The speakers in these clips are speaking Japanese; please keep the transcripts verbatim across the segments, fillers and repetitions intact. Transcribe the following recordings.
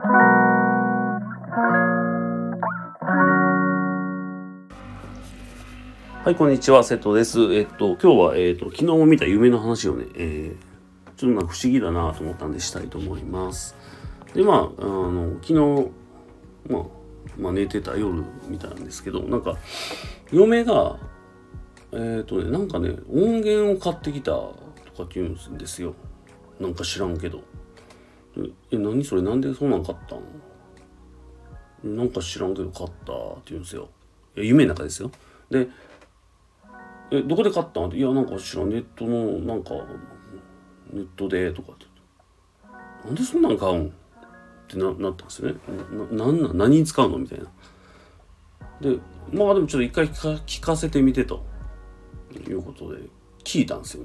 はい、こんにちは、瀬戸です。えっと、今日は、えっと、昨日見た夢の話をね、えー、ちょっとなんか不思議だなと思ったんでしたいと思います。で、まあ、あの、昨日、まあ、まあ、寝てた夜見たんですけど、なんか、嫁が、えっとね、なんかね、音源を買ってきたとかって言うんですよ。なんか知らんけど。え、何それ、なんでそんなん買ったん？なんか知らんけど買ったって言うんですよ。いや、夢の中ですよ。で、え、どこで買ったんって、いや、なんか知らん、ネットの、なんか、ネットで、とかって。なんでそんなん買うんってな、なったんですよね。な、なんなん、何に使うのみたいな。で、まあでもちょっと一回聞か、聞かせてみてということで、聞いたんですよね。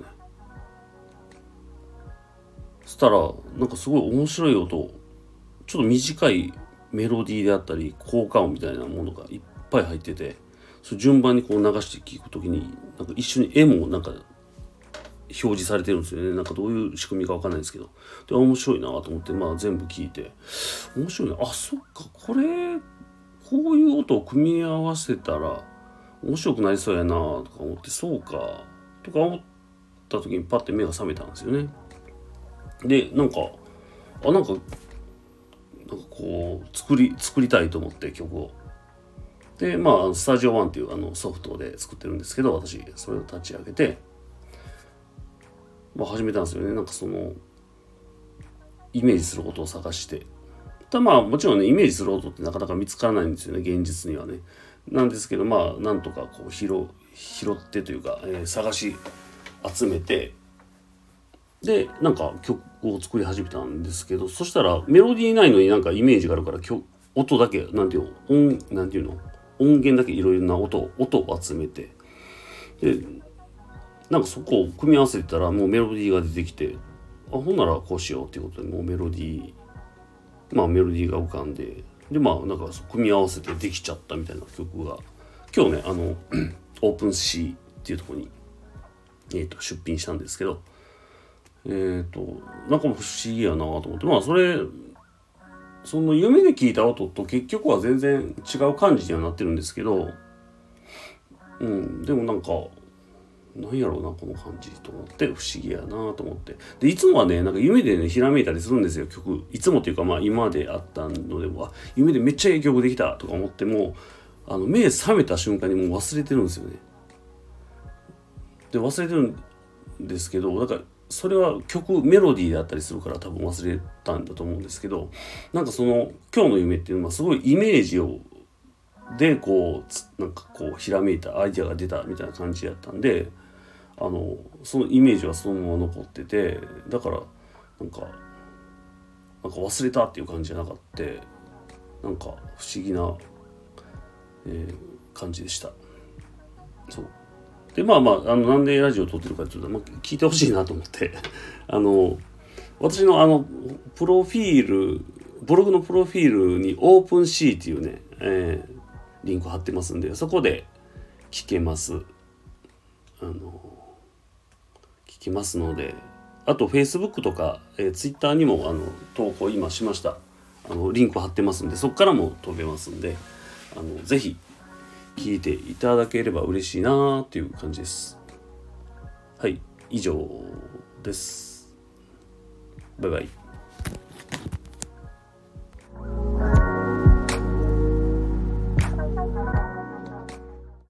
そしたら、なんかすごい面白い音、ちょっと短いメロディーであったり、効果音みたいなものがいっぱい入ってて、それ順番にこう流して聞くときに、なんか一緒に絵もなんか表示されてるんですよね。なんかどういう仕組みかわかんないんですけど。で、面白いなと思って、まあ全部聞いて、面白いな。あ、そっか、これ、こういう音を組み合わせたら面白くなりそうやなとか思って、そうか、とか思った時にパッて目が覚めたんですよね。で、なんか、あ、なんか、なんかこう、作り、作りたいと思って曲を。で、まあ、スタジオワンっていうあのソフトで作ってるんですけど、私、それを立ち上げて、まあ、始めたんですよね。なんかその、イメージする音を探して。ただまあ、もちろんね、イメージする音ってなかなか見つからないんですよね、現実にはね。なんですけど、まあ、なんとかこう拾、拾ってというか、えー、探し集めて、で、なんか曲を作り始めたんですけど、そしたらメロディーないのになんかイメージがあるから、音だけ、なんていうの、音、なんていうの、音源だけいろいろな音、音を集めて、で、なんかそこを組み合わせてたらもうメロディーが出てきて、あ、ほんならこうしようっていうことでもうメロディー、まあメロディーが浮かんで、でまあなんか組み合わせてできちゃったみたいな曲が、今日ね、あの、オープンシーっていうところに、えーと、出品したんですけど、えーと、なんかも不思議やなと思って、まあそれ、その夢で聞いた音と結局は全然違う感じにはなってるんですけど、うん、でもなんか、なんやろうな、この感じと思って、不思議やなと思って。で、いつもはね、なんか夢でね、ひらめいたりするんですよ、曲。いつもっていうか、まあ今まであったのでも、あ、夢でめっちゃいい曲できたとか思っても、あの、目覚めた瞬間にもう忘れてるんですよね。で、忘れてるんですけど、だから、それは曲、メロディーであったりするから多分忘れたんだと思うんですけど、なんかその、今日の夢っていうのはすごいイメージを、で、こう、なんかこう、ひらめいたアイデアが出たみたいな感じやったんで、あのそのイメージはそのまま残ってて、だからなんかなんか忘れたっていう感じじゃなかった、なんか不思議な、えー、感じでした。そうで、まあまあ、あのなんでラジオを撮ってるかっていうと、まあ、聞いてほしいなと思ってあの私のあのプロフィール、ブログのプロフィールにオープンシーっていうね、えー、リンク貼ってますんで、そこで聞けます。あの聞きますので、あと Facebook とか、えー、Twitter にもあの投稿今しました。あのリンク貼ってますんで、そこからも飛べますんで、あのぜひ聞いていただければ嬉しいなっていう感じです。はい、以上です。バイバイ。